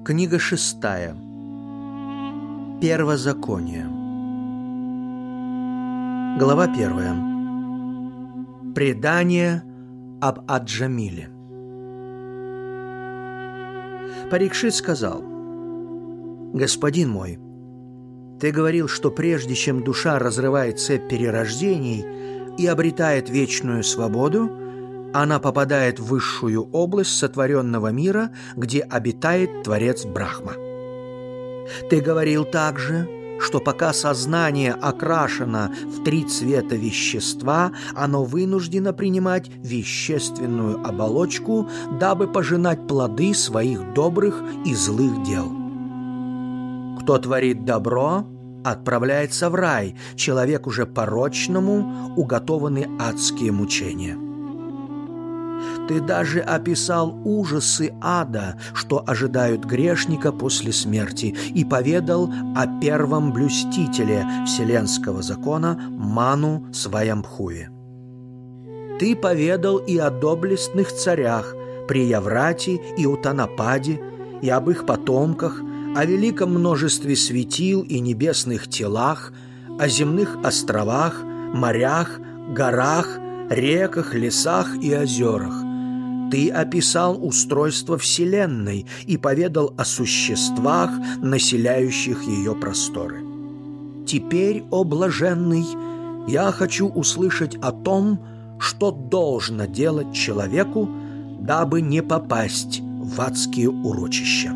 Книга 6. Первозаконие. Глава 1. Предание об Ад-Джамиле. Парикшит сказал: «Господин мой, ты говорил, что прежде чем душа разрывает цепь перерождений и обретает вечную свободу, она попадает в высшую область сотворенного мира, где обитает Творец Брахма. Ты говорил также, что пока сознание окрашено в 3 цвета вещества, оно вынуждено принимать вещественную оболочку, дабы пожинать плоды своих добрых и злых дел. Кто творит добро, отправляется в рай, человек уже порочному уготованы адские мучения. Ты даже описал ужасы ада, что ожидают грешника после смерти, и поведал о первом блюстителе вселенского закона Ману Сваямбхуве. Ты поведал и о доблестных царях Прияврати и Утанападе, и об их потомках, о великом множестве светил и небесных телах, о земных островах, морях, горах, реках, лесах и озерах. Ты описал устройство Вселенной и поведал о существах, населяющих ее просторы. Теперь, о блаженный, я хочу услышать о том, что должно делать человеку, дабы не попасть в адские урочища».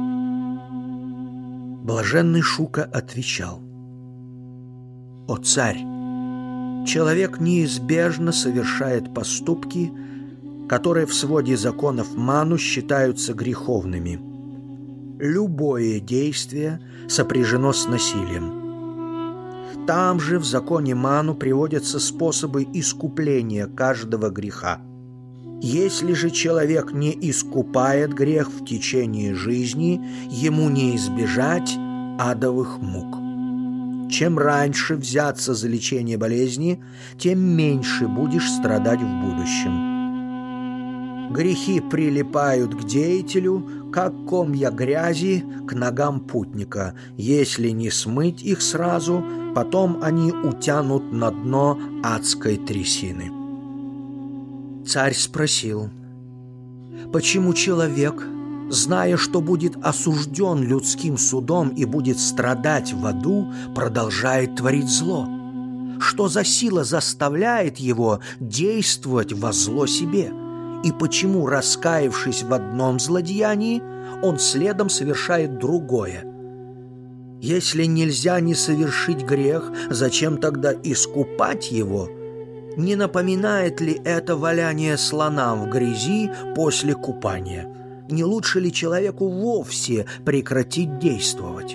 Блаженный Шука отвечал: «О царь, человек неизбежно совершает поступки, которые в своде законов Ману считаются греховными. Любое действие сопряжено с насилием. Там же в законе Ману приводятся способы искупления каждого греха. Если же человек не искупает грех в течение жизни, ему не избежать адовых мук. Чем раньше взяться за лечение болезни, тем меньше будешь страдать в будущем. Грехи прилипают к деятелю, как комья грязи к ногам путника. Если не смыть их сразу, потом они утянут на дно адской трясины». Царь спросил: «Почему человек, зная, что будет осужден людским судом и будет страдать в аду, продолжает творить зло? Что за сила заставляет его действовать во зло себе? И почему, раскаявшись в одном злодеянии, он следом совершает другое? Если нельзя не совершить грех, зачем тогда искупать его? Не напоминает ли это валяние слона в грязи после купания? Не лучше ли человеку вовсе прекратить действовать?»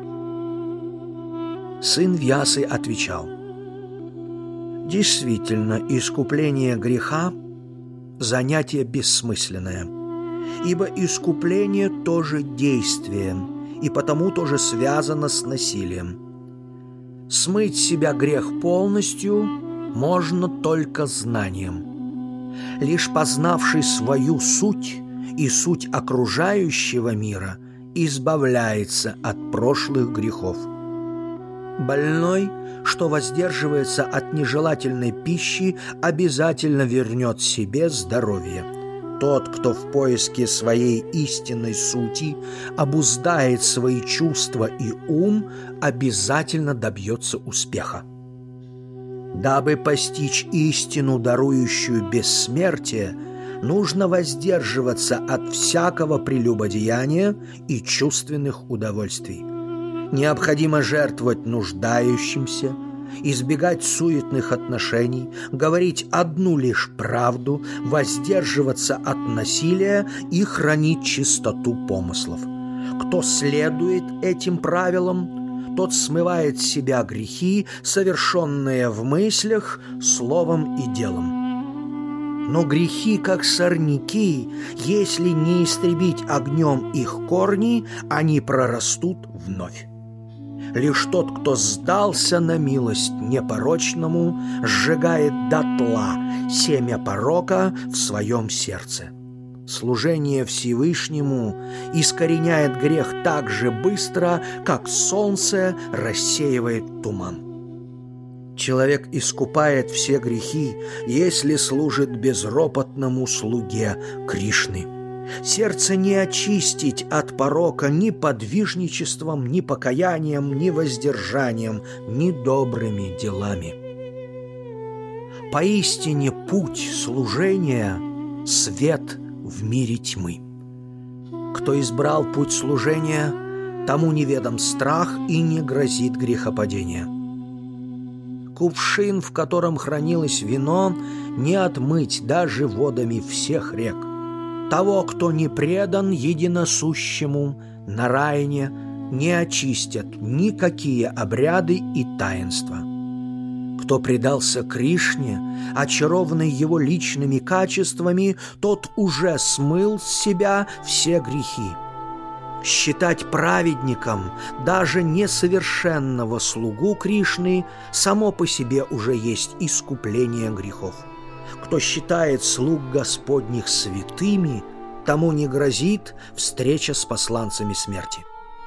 Сын Вьясы отвечал: «Действительно, искупление греха – занятие бессмысленное, ибо искупление тоже действие, и потому тоже связано с насилием. Смыть с себя грех полностью можно только знанием. Лишь познавший свою суть и суть окружающего мира избавляется от прошлых грехов. Больной, что воздерживается от нежелательной пищи, обязательно вернет себе здоровье. Тот, кто в поиске своей истинной сути обуздает свои чувства и ум, обязательно добьется успеха. Дабы постичь истину, дарующую бессмертие, нужно воздерживаться от всякого прелюбодеяния и чувственных удовольствий. Необходимо жертвовать нуждающимся, избегать суетных отношений, говорить одну лишь правду, воздерживаться от насилия и хранить чистоту помыслов. Кто следует этим правилам, тот смывает с себя грехи, совершенные в мыслях, словом и делом. Но грехи, как сорняки, если не истребить огнем их корни, они прорастут вновь. Лишь тот, кто сдался на милость непорочному, сжигает дотла семя порока в своем сердце. Служение Всевышнему искореняет грех так же быстро, как солнце рассеивает туман. Человек искупает все грехи, если служит безропотному слуге Кришны. Сердце не очистить от порока ни подвижничеством, ни покаянием, ни воздержанием, ни добрыми делами. Поистине путь служения – свет в мире тьмы. Кто избрал путь служения, тому неведом страх и не грозит грехопадение. Кувшин, в котором хранилось вино, не отмыть даже водами всех рек. Того, кто не предан единосущему, на райне не очистят никакие обряды и таинства. Кто предался Кришне, очарованный его личными качествами, тот уже смыл с себя все грехи. Считать праведником даже несовершенного слугу Кришны само по себе уже есть искупление грехов. Кто считает слуг Господних святыми, тому не грозит встреча с посланцами смерти.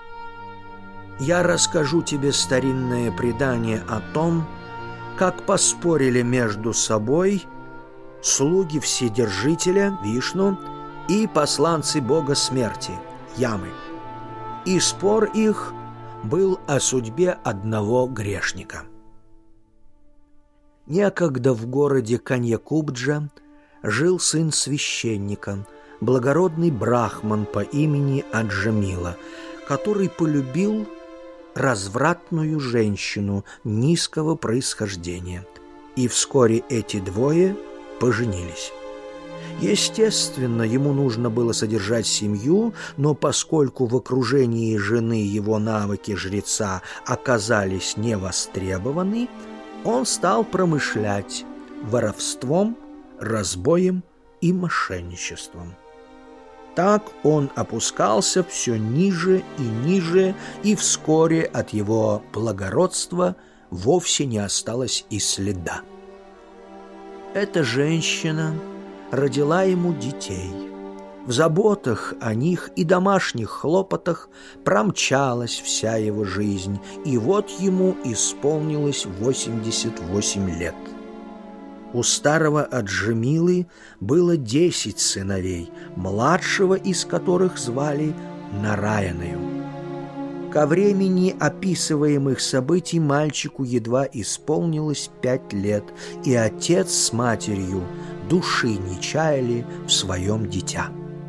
Я расскажу тебе старинное предание о том, как поспорили между собой слуги Вседержителя Вишну и посланцы Бога смерти Ямы. И спор их был о судьбе одного грешника. Некогда в городе Каньякубджа жил сын священника, благородный брахман по имени Аджамила, который полюбил развратную женщину низкого происхождения, и вскоре эти двое поженились. Естественно, ему нужно было содержать семью, но поскольку в окружении жены его навыки жреца оказались невостребованы, он стал промышлять воровством, разбоем и мошенничеством. Так он опускался все ниже и ниже, и вскоре от его благородства вовсе не осталось и следа. Эта женщина родила ему детей. В заботах о них и домашних хлопотах промчалась вся его жизнь, и вот ему исполнилось 88 лет. У старого Аджамилы было 10 сыновей, младшего из которых звали Нараяною. Ко времени описываемых событий мальчику едва исполнилось 5 лет, и отец с матерью души не чаяли в своем дитя.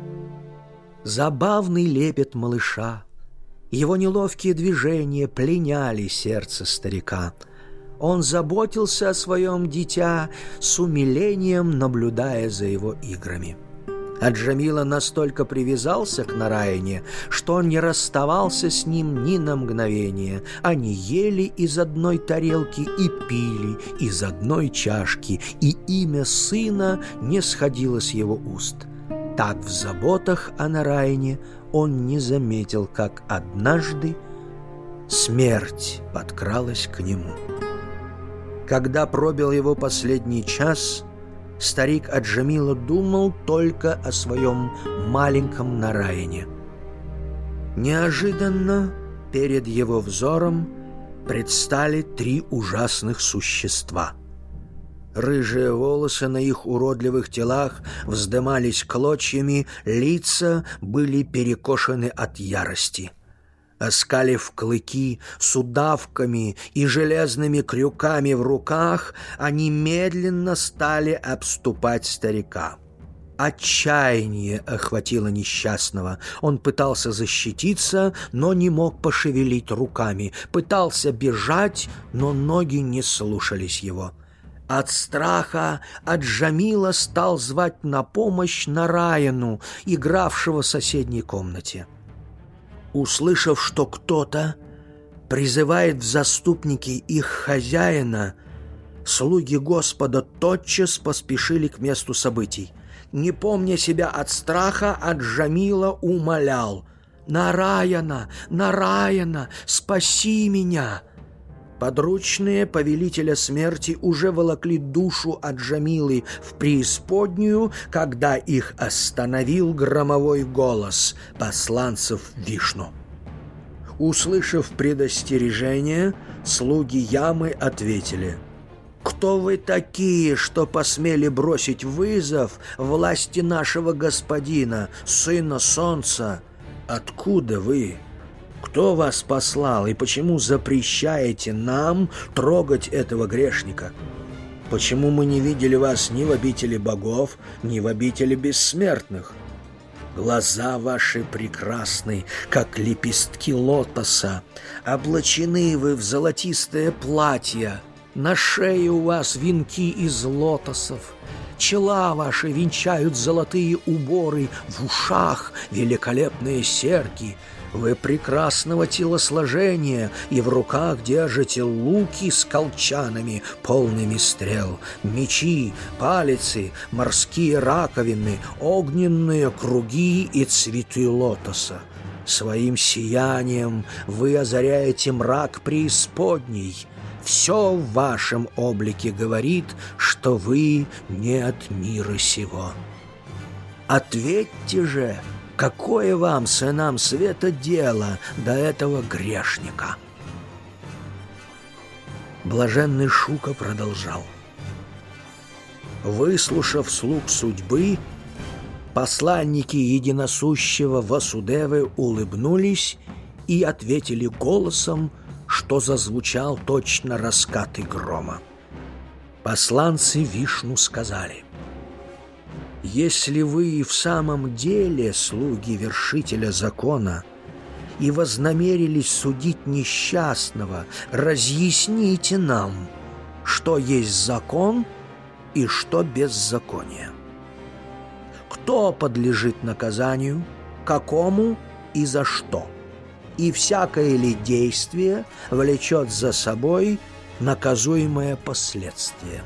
Забавный лепет малыша, его неловкие движения пленяли сердце старика. Он заботился о своем дитя с умилением, наблюдая за его играми. Аджамила настолько привязался к Нараяне, что он не расставался с ним ни на мгновение. Они ели из одной тарелки и пили из одной чашки, и имя сына не сходило с его уст. Так в заботах о Нараяне он не заметил, как однажды смерть подкралась к нему. Когда пробил его последний час, старик Аджамила думал только о своем маленьком Нараяне. Неожиданно перед его взором предстали 3 ужасных существа. Рыжие волосы на их уродливых телах вздымались клочьями, лица были перекошены от ярости. Оскалив клыки с удавками и железными крюками в руках, они медленно стали обступать старика. Отчаяние охватило несчастного. Он пытался защититься, но не мог пошевелить руками. Пытался бежать, но ноги не слушались его. От страха Аджамила стал звать на помощь Нараяну, игравшего в соседней комнате. Услышав, что кто-то призывает в заступники их хозяина, слуги Господа тотчас поспешили к месту событий. Не помня себя от страха, Аджамила умолял: «Нараяна, Нараяна, спаси меня!» Подручные повелителя смерти уже волокли душу от Джамилы в преисподнюю, когда их остановил громовой голос посланцев Вишну. Услышав предостережение, слуги Ямы ответили: «Кто вы такие, что посмели бросить вызов власти нашего господина, сына солнца? Откуда вы? Кто вас послал и почему запрещаете нам трогать этого грешника? Почему мы не видели вас ни в обители богов, ни в обители бессмертных? Глаза ваши прекрасны, как лепестки лотоса, облачены вы в золотистое платье, на шее у вас венки из лотосов, чела ваши венчают золотые уборы, в ушах великолепные серьги. Вы прекрасного телосложения и в руках держите луки с колчанами, полными стрел, мечи, палицы, морские раковины, огненные круги и цветы лотоса. Своим сиянием вы озаряете мрак преисподней. Все в вашем облике говорит, что вы не от мира сего. Ответьте же, какое вам, сынам света, дело до этого грешника?» Блаженный Шука продолжал: «Выслушав слуг судьбы, посланники единосущего Васудевы улыбнулись и ответили голосом, что зазвучал точно раскаты грома. Посланцы Вишну сказали: «Если вы в самом деле слуги вершителя закона и вознамерились судить несчастного, разъясните нам, что есть закон и что беззаконие. Кто подлежит наказанию, какому и за что, и всякое ли действие влечет за собой наказуемое последствие?»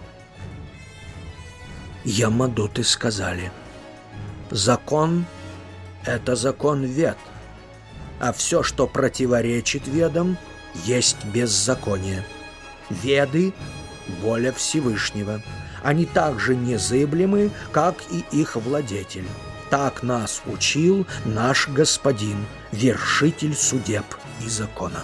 Ямадуты сказали: «Закон — это закон Вед, а все, что противоречит Ведам, есть беззаконие. Веды — воля Всевышнего, они так же незыблемы, как и их владетель. Так нас учил наш господин, вершитель судеб и закона.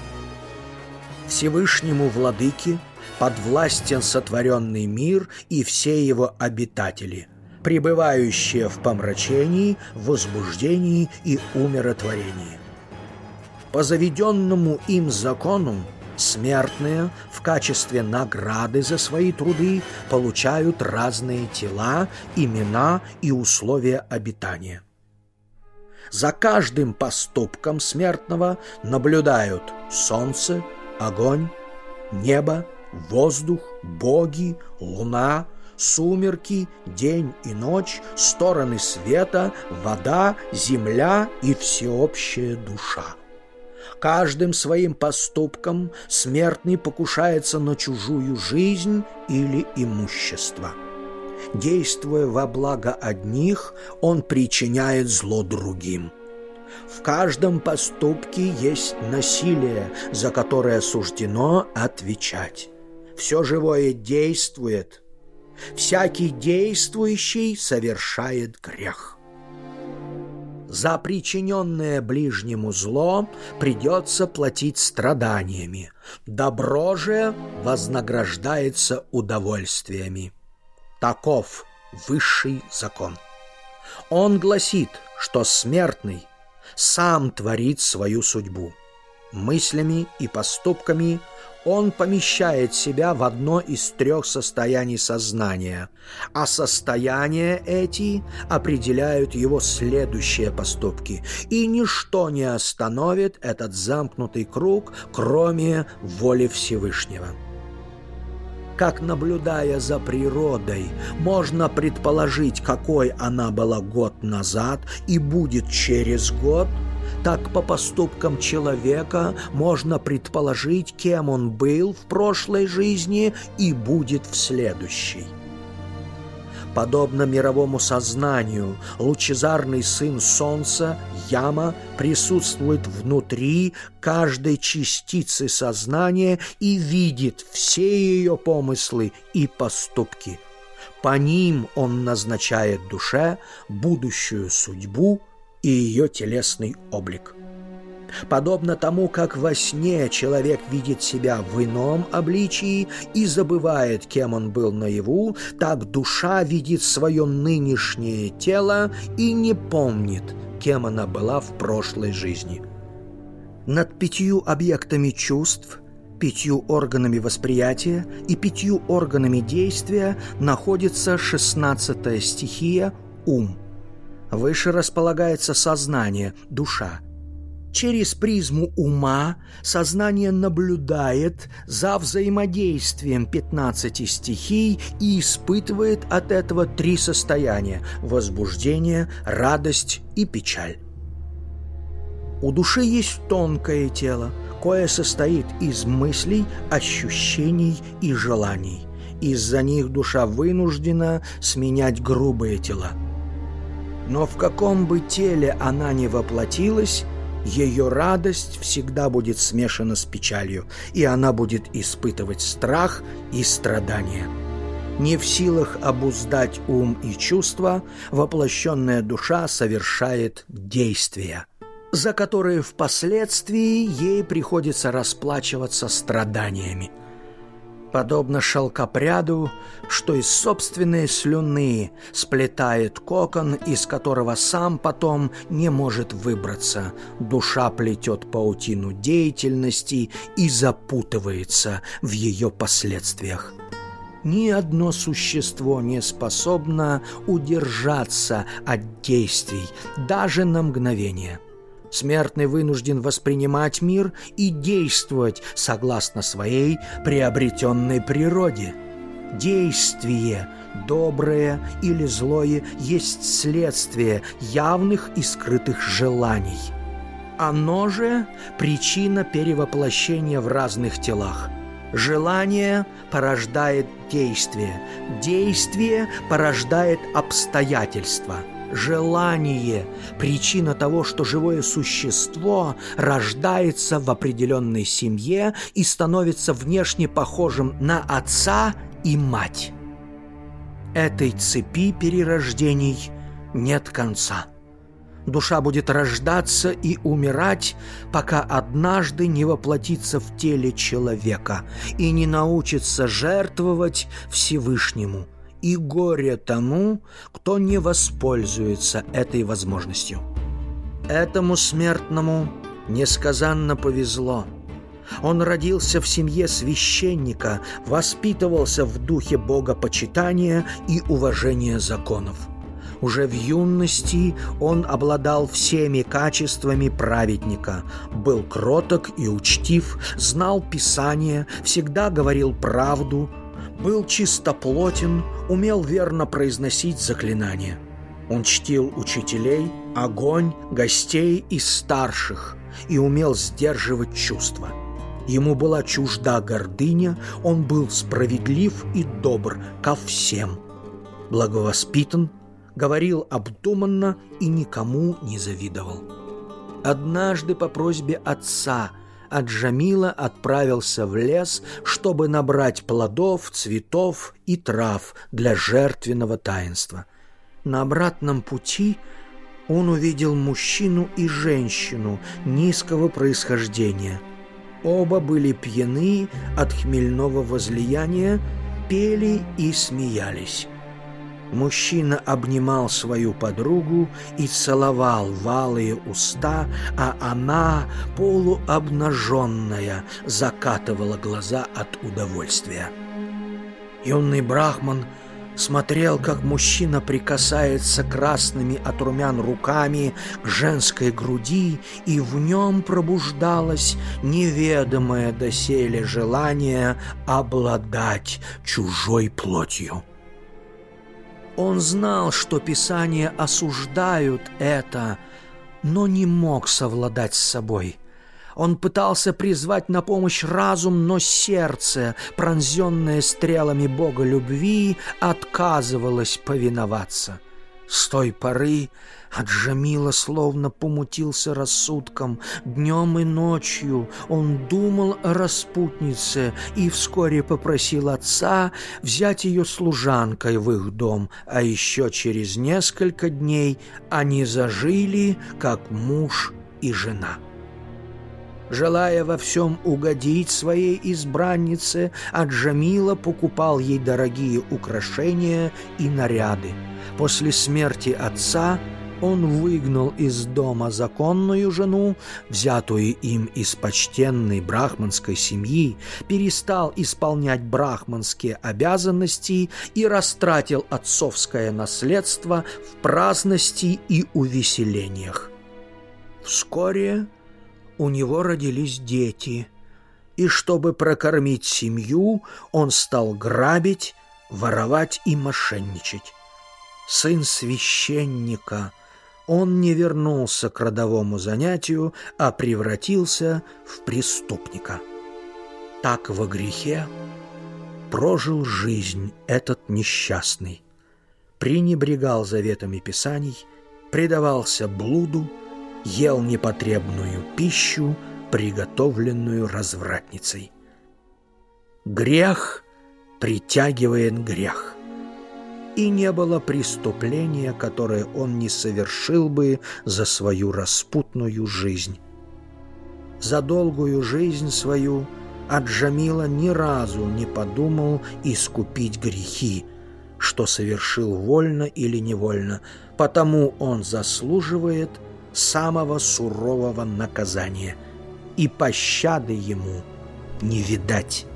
Всевышнему владыке подвластен сотворенный мир и все его обитатели, пребывающие в помрачении, возбуждении и умиротворении. По заведенному им закону смертные в качестве награды за свои труды получают разные тела, имена и условия обитания. За каждым поступком смертного наблюдают солнце, огонь, небо, воздух, боги, луна, сумерки, день и ночь, стороны света, вода, земля и всеобщая душа. Каждым своим поступком смертный покушается на чужую жизнь или имущество. Действуя во благо одних, он причиняет зло другим. В каждом поступке есть насилие, за которое суждено отвечать. Все живое действует. Всякий действующий совершает грех. За причиненное ближнему зло придется платить страданиями. Добро же вознаграждается удовольствиями. Таков высший закон. Он гласит, что смертный сам творит свою судьбу. Мыслями и поступками он помещает себя в одно из трех состояний сознания, а состояния эти определяют его следующие поступки, и ничто не остановит этот замкнутый круг, кроме воли Всевышнего. Как, наблюдая за природой, можно предположить, какой она была год назад и будет через год, так по поступкам человека можно предположить, кем он был в прошлой жизни и будет в следующей. Подобно мировому сознанию, лучезарный сын солнца, Яма, присутствует внутри каждой частицы сознания и видит все ее помыслы и поступки. По ним он назначает душе будущую судьбу и ее телесный облик. Подобно тому, как во сне человек видит себя в ином обличии и забывает, кем он был наяву, так душа видит свое нынешнее тело и не помнит, кем она была в прошлой жизни. Над 5 объектами чувств, 5 органами восприятия и 5 органами действия находится 16-я стихия – ум. Выше располагается сознание, душа. Через призму ума сознание наблюдает за взаимодействием 15 стихий и испытывает от этого 3 состояния – возбуждение, радость и печаль. У души есть тонкое тело, кое состоит из мыслей, ощущений и желаний. Из-за них душа вынуждена сменять грубые тела. Но в каком бы теле она ни воплотилась, ее радость всегда будет смешана с печалью, и она будет испытывать страх и страдания. Не в силах обуздать ум и чувства, воплощенная душа совершает действия, за которые впоследствии ей приходится расплачиваться страданиями. Подобно шелкопряду, что из собственной слюны сплетает кокон, из которого сам потом не может выбраться, душа плетет паутину деятельности и запутывается в ее последствиях. Ни одно существо не способно удержаться от действий, даже на мгновение. Смертный вынужден воспринимать мир и действовать согласно своей приобретенной природе. Действие, доброе или злое, есть следствие явных и скрытых желаний. Оно же – причина перевоплощения в разных телах. Желание порождает действие, действие порождает обстоятельства. Желание – причина того, что живое существо рождается в определенной семье и становится внешне похожим на отца и мать. Этой цепи перерождений нет конца. Душа будет рождаться и умирать, пока однажды не воплотится в теле человека и не научится жертвовать Всевышнему. И горе тому, кто не воспользуется этой возможностью. Этому смертному несказанно повезло. Он родился в семье священника, воспитывался в духе богопочитания и уважения законов. Уже в юности он обладал всеми качествами праведника, был кроток и учтив, знал Писание, всегда говорил правду, был чистоплотен, умел верно произносить заклинания. Он чтил учителей, огонь, гостей и старших и умел сдерживать чувства. Ему была чужда гордыня, он был справедлив и добр ко всем. Благовоспитан, говорил обдуманно и никому не завидовал. Однажды по просьбе отца Аджамила отправился в лес, чтобы набрать плодов, цветов и трав для жертвенного таинства. На обратном пути он увидел мужчину и женщину низкого происхождения. Оба были пьяны от хмельного возлияния, пели и смеялись. Мужчина обнимал свою подругу и целовал валые уста, а она, полуобнаженная, закатывала глаза от удовольствия. Юный брахман смотрел, как мужчина прикасается красными от румян руками к женской груди, и в нем пробуждалось неведомое доселе желание обладать чужой плотью. Он знал, что Писания осуждают это, но не мог совладать с собой. Он пытался призвать на помощь разум, но сердце, пронзенное стрелами Бога любви, отказывалось повиноваться. С той поры Аджамила словно помутился рассудком. Днем и ночью он думал о распутнице и вскоре попросил отца взять ее служанкой в их дом, а еще через несколько дней они зажили, как муж и жена. Желая во всем угодить своей избраннице, Аджамила покупал ей дорогие украшения и наряды. После смерти отца он выгнал из дома законную жену, взятую им из почтенной брахманской семьи, перестал исполнять брахманские обязанности и растратил отцовское наследство в праздности и увеселениях. Вскоре у него родились дети, и чтобы прокормить семью, он стал грабить, воровать и мошенничать. Сын священника, он не вернулся к родовому занятию, а превратился в преступника. Так во грехе прожил жизнь этот несчастный, пренебрегал заветами Писаний, предавался блуду, ел непотребную пищу, приготовленную развратницей. Грех притягивает грех, и не было преступления, которое он не совершил бы за свою распутную жизнь. За долгую жизнь свою Аджамила ни разу не подумал искупить грехи, что совершил вольно или невольно, потому он заслуживает самого сурового наказания, и пощады ему не видать.